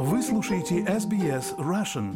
Вы слушаете SBS Russian.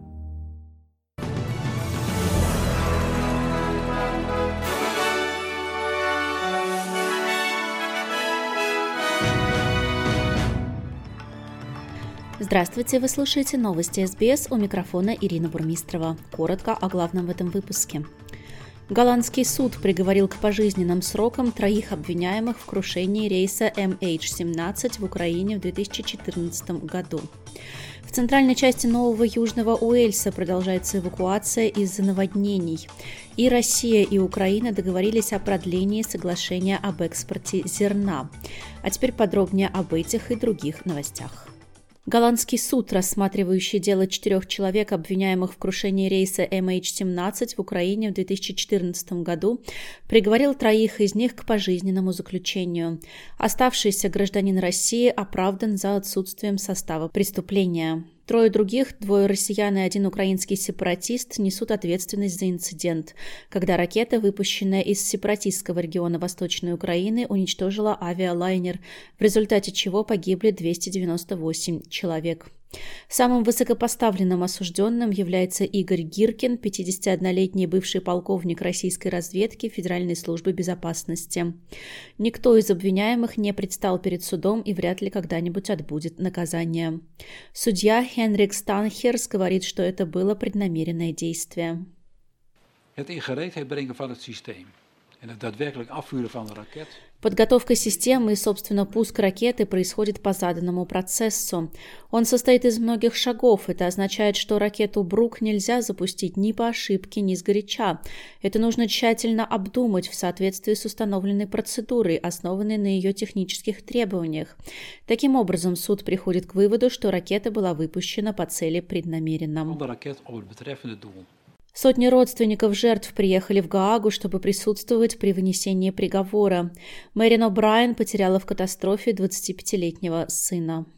Здравствуйте, вы слушаете новости СБС, у микрофона Ирина Бурмистрова. Коротко о главном в этом выпуске. Голландский суд приговорил к пожизненным срокам 3 обвиняемых в крушении рейса MH17 в Украине в 2014 году. В центральной части Нового Южного Уэльса продолжается эвакуация из-за наводнений. И Россия, и Украина договорились о продлении соглашения об экспорте зерна. А теперь подробнее об этих и других новостях. Голландский суд, рассматривающий дело 4 человек, обвиняемых в крушении рейса MH17 в Украине в 2014 году, приговорил 3 из них к пожизненному заключению. Оставшийся гражданин России оправдан за отсутствием состава преступления. 3 других, 2 россиян и 1 украинский сепаратист, несут ответственность за инцидент, когда ракета, выпущенная из сепаратистского региона Восточной Украины, уничтожила авиалайнер, в результате чего погибли 298 человек. Самым высокопоставленным осужденным является Игорь Гиркин, 51-летний бывший полковник российской разведки Федеральной службы безопасности. Никто из обвиняемых не предстал перед судом и вряд ли когда-нибудь отбудет наказание. Судья Хенрик Станхерс говорит, что это было преднамеренное действие. Подготовка системы и, собственно, пуск ракеты происходит по заданному процессу. Он состоит из многих шагов. Это означает, что ракету «Брук» нельзя запустить ни по ошибке, ни сгоряча. Это нужно тщательно обдумать в соответствии с установленной процедурой, основанной на ее технических требованиях. Таким образом, суд приходит к выводу, что ракета была выпущена по цели преднамеренно. Сотни родственников жертв приехали в Гаагу, чтобы присутствовать при вынесении приговора. Мэрин О'Брайен потеряла в катастрофе 25-летнего сына.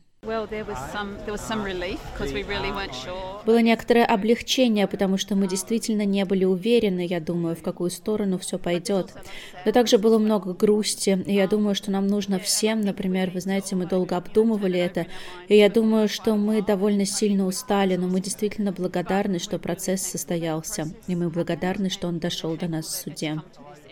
Было некоторое облегчение, потому что мы действительно не были уверены, я думаю, в какую сторону все пойдет. Но также было много грусти, и я думаю, что нам нужно всем, например, вы знаете, мы долго обдумывали это, и я думаю, что мы довольно сильно устали, но мы действительно благодарны, что процесс состоялся, и мы благодарны, что он дошел до нас в суде.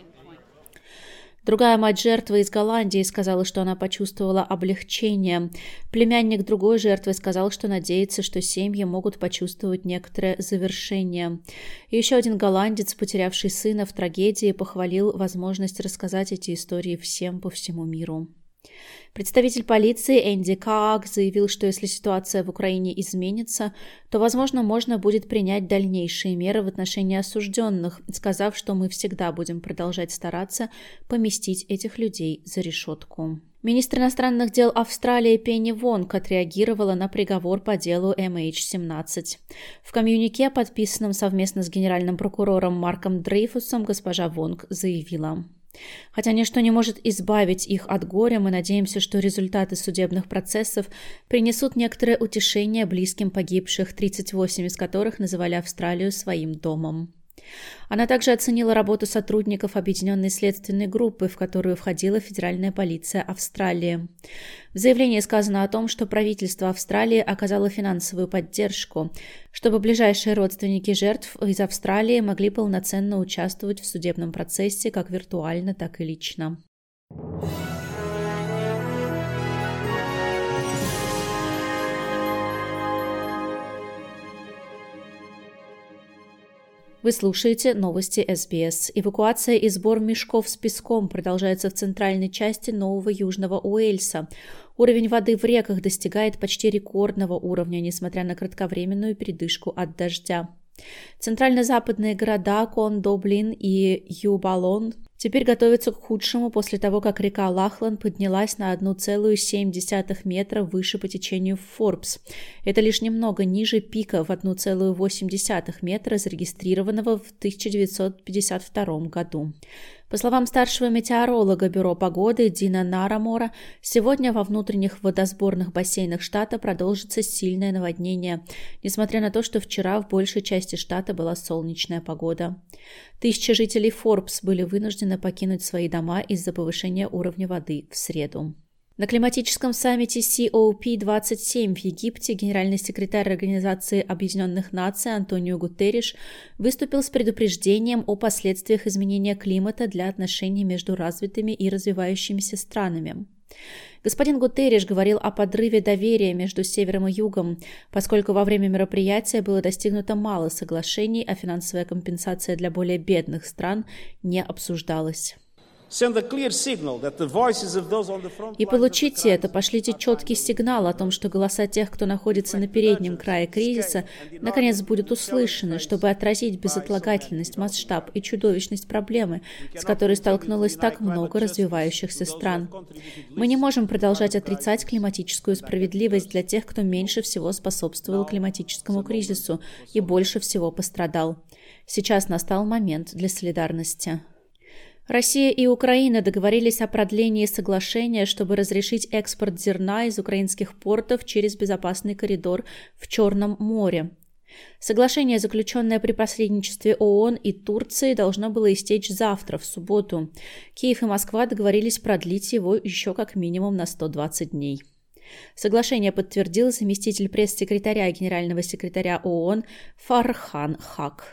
Другая мать жертвы из Голландии сказала, что она почувствовала облегчение. Племянник другой жертвы сказал, что надеется, что семьи могут почувствовать некоторое завершение. И еще один голландец, потерявший сына в трагедии, похвалил возможность рассказать эти истории всем по всему миру. Представитель полиции Энди Кааг заявил, что если ситуация в Украине изменится, то, возможно, можно будет принять дальнейшие меры в отношении осужденных, сказав, что мы всегда будем продолжать стараться поместить этих людей за решетку. Министр иностранных дел Австралии Пенни Вонг отреагировала на приговор по делу MH17. В коммюнике, подписанном совместно с генеральным прокурором Марком Дрейфусом, госпожа Вонг заявила: «Хотя ничто не может избавить их от горя, мы надеемся, что результаты судебных процессов принесут некоторое утешение близким погибших, 38 из которых называли Австралию своим домом». Она также оценила работу сотрудников Объединенной следственной группы, в которую входила Федеральная полиция Австралии. В заявлении сказано о том, что правительство Австралии оказало финансовую поддержку, чтобы ближайшие родственники жертв из Австралии могли полноценно участвовать в судебном процессе как виртуально, так и лично. Вы слушаете новости СБС. Эвакуация и сбор мешков с песком продолжается в центральной части Нового Южного Уэльса. Уровень воды в реках достигает почти рекордного уровня, несмотря на кратковременную передышку от дождя. Центрально-западные города Кондоблин и Юбалон теперь готовятся к худшему после того, как река Лахлан поднялась на 1,7 метра выше по течению в Форбс. Это лишь немного ниже пика в 1,8 метра, зарегистрированного в 1952 году. По словам старшего метеоролога Бюро погоды Дина Нарамора, сегодня во внутренних водосборных бассейнах штата продолжится сильное наводнение, несмотря на то, что вчера в большей части штата была солнечная погода. Тысячи жителей Форбс были вынуждены покинуть свои дома из-за повышения уровня воды в среду. На климатическом саммите COP27 в Египте генеральный секретарь Организации Объединенных Наций Антонио Гутерриш выступил с предупреждением о последствиях изменения климата для отношений между развитыми и развивающимися странами. Господин Гутерриш говорил о подрыве доверия между Севером и Югом, поскольку во время мероприятия было достигнуто мало соглашений, а финансовая компенсация для более бедных стран не обсуждалась. И получите это, пошлите четкий сигнал о том, что голоса тех, кто находится на переднем крае кризиса, наконец будут услышаны, чтобы отразить безотлагательность, масштаб и чудовищность проблемы, с которой столкнулось так много развивающихся стран. Мы не можем продолжать отрицать климатическую справедливость для тех, кто меньше всего способствовал климатическому кризису и больше всего пострадал. Сейчас настал момент для солидарности. Россия и Украина договорились о продлении соглашения, чтобы разрешить экспорт зерна из украинских портов через безопасный коридор в Черном море. Соглашение, заключенное при посредничестве ООН и Турции, должно было истечь завтра, в субботу. Киев и Москва договорились продлить его еще как минимум на 120 дней. Соглашение подтвердил заместитель пресс-секретаря Генерального секретаря ООН Фархан Хак.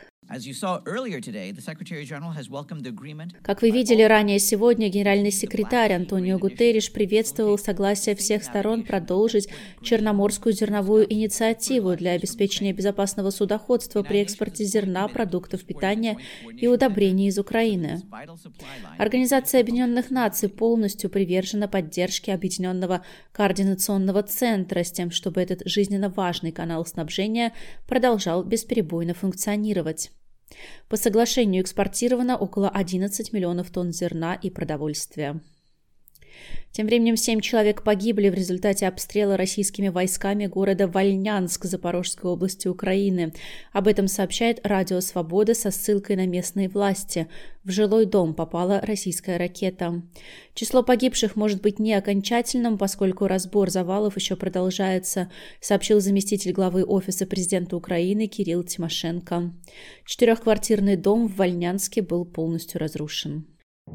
Как вы видели ранее сегодня, генеральный секретарь Антонио Гутерриш приветствовал согласие всех сторон продолжить Черноморскую зерновую инициативу для обеспечения безопасного судоходства при экспорте зерна, продуктов питания и удобрений из Украины. Организация Объединенных Наций полностью привержена поддержке Объединенного координационного центра с тем, чтобы этот жизненно важный канал снабжения продолжал бесперебойно функционировать. По соглашению экспортировано около 11 миллионов тонн зерна и продовольствия. Тем временем 7 человек погибли в результате обстрела российскими войсками города Вольнянск Запорожской области Украины. Об этом сообщает Радио Свобода со ссылкой на местные власти. В жилой дом попала российская ракета. Число погибших может быть не окончательным, поскольку разбор завалов еще продолжается, сообщил заместитель главы Офиса президента Украины Кирилл Тимошенко. 4-квартирный дом в Вольнянске был полностью разрушен.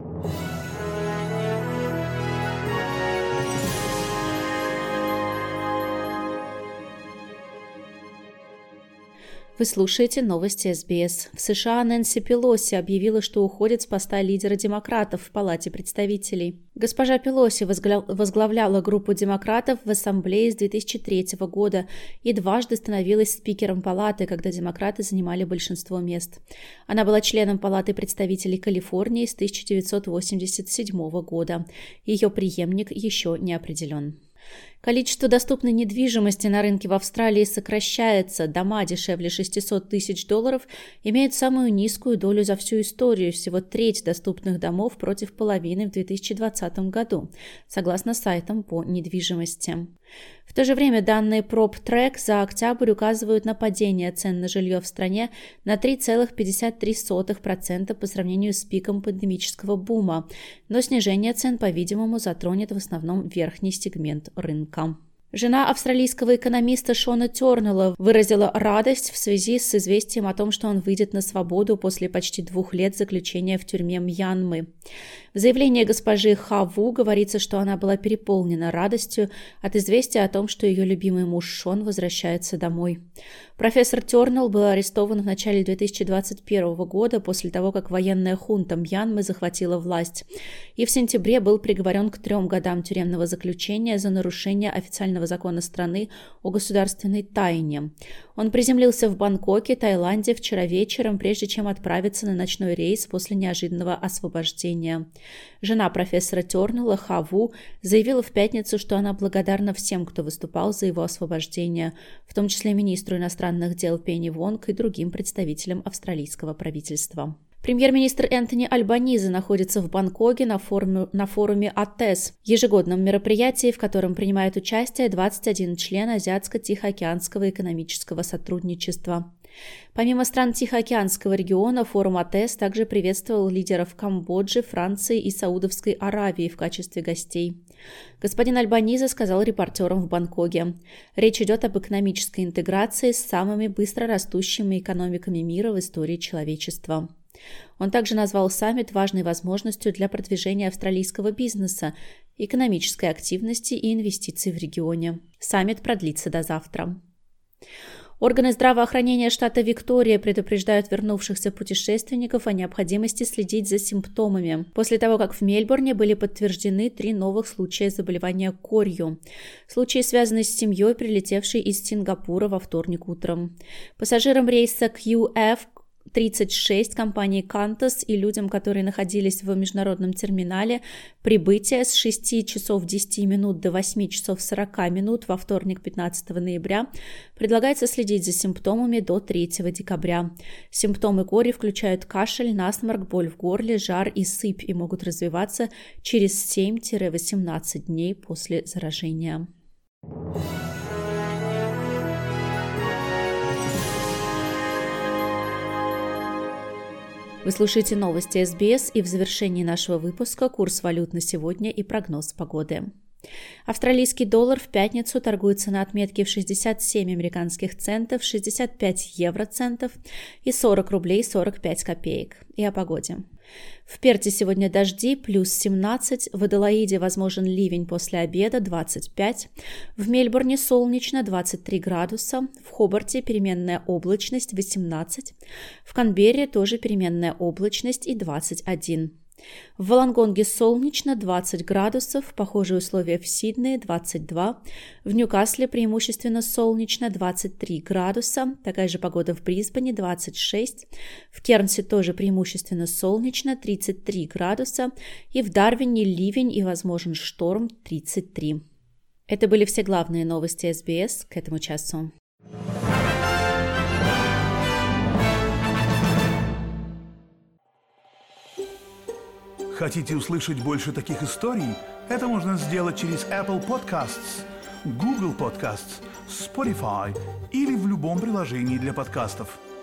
Вы слушаете новости СБС. В США Нэнси Пелоси объявила, что уходит с поста лидера демократов в Палате представителей. Госпожа Пелоси возглавляла группу демократов в Ассамблее с 2003 года и дважды становилась спикером Палаты, когда демократы занимали большинство мест. Она была членом Палаты представителей Калифорнии с 1987 года. Ее преемник еще не определен. Количество доступной недвижимости на рынке в Австралии сокращается. Дома дешевле $600 тысяч имеют самую низкую долю за всю историю, всего треть доступных домов против половины в 2020 году, согласно сайтам по недвижимости. В то же время данные PropTrack за октябрь указывают на падение цен на жилье в стране на 3,53% по сравнению с пиком пандемического бума, но снижение цен, по-видимому, затронет в основном верхний сегмент рынка. Жена австралийского экономиста Шона Тернелла выразила радость в связи с известием о том, что он выйдет на свободу после почти 2 лет заключения в тюрьме Мьянмы. В заявлении госпожи Хаву говорится, что она была переполнена радостью от известия о том, что ее любимый муж Шон возвращается домой. Профессор Тернелл был арестован в начале 2021 года после того, как военная хунта Мьянмы захватила власть, и в сентябре был приговорен к 3 годам тюремного заключения за нарушение официального закона страны о государственной тайне. Он приземлился в Бангкоке, Таиланде, вчера вечером, прежде чем отправиться на ночной рейс после неожиданного освобождения. Жена профессора Тернелла, Хаву, заявила в пятницу, что она благодарна всем, кто выступал за его освобождение, в том числе министру иностранных дел Пенни Вонг и другим представителям австралийского правительства. Премьер-министр Энтони Альбанизе находится в Бангкоке на форуме АТЭС, ежегодном мероприятии, в котором принимает участие 21 член Азиатско-Тихоокеанского экономического сотрудничества. Помимо стран Тихоокеанского региона, форум АТЭС также приветствовал лидеров Камбоджи, Франции и Саудовской Аравии в качестве гостей. Господин Альбанизе сказал репортерам в Бангкоке: «Речь идет об экономической интеграции с самыми быстро растущими экономиками мира в истории человечества». Он также назвал саммит важной возможностью для продвижения австралийского бизнеса, экономической активности и инвестиций в регионе. Саммит продлится до завтра. Органы здравоохранения штата Виктория предупреждают вернувшихся путешественников о необходимости следить за симптомами после того, как в Мельбурне были подтверждены 3 новых случая заболевания корью. Случаи связаны с семьей, прилетевшей из Сингапура во вторник утром. Пассажирам рейса QF36 компании Qantas и людям, которые находились в международном терминале, прибытие с 6 часов 10 минут до 8 часов 40 минут во вторник 15 ноября предлагается следить за симптомами до 3 декабря. Симптомы кори включают кашель, насморк, боль в горле, жар и сыпь и могут развиваться через 7-18 дней после заражения. Вы слушаете новости СБС, и в завершении нашего выпуска курс валют на сегодня и прогноз погоды. Австралийский доллар в пятницу торгуется на отметке в 67 американских центов, 65 евроцентов и 40 рублей 45 копеек. И о погоде. В Перте сегодня дожди, плюс 17, в Аделаиде возможен ливень после обеда, 25, в Мельбурне солнечно, 23 градуса, в Хобарте переменная облачность, 18, в Канберре тоже переменная облачность и 21. В Волонгонге солнечно, 20 градусов, похожие условия в Сиднее, 22, в Ньюкасле преимущественно солнечно, 23 градуса, такая же погода в Брисбене, 26, в Кернсе тоже преимущественно солнечно, 33 градуса, и в Дарвине ливень и возможен шторм, 33. Это были все главные новости СБС к этому часу. Хотите услышать больше таких историй? Это можно сделать через Apple Podcasts, Google Podcasts, Spotify или в любом приложении для подкастов.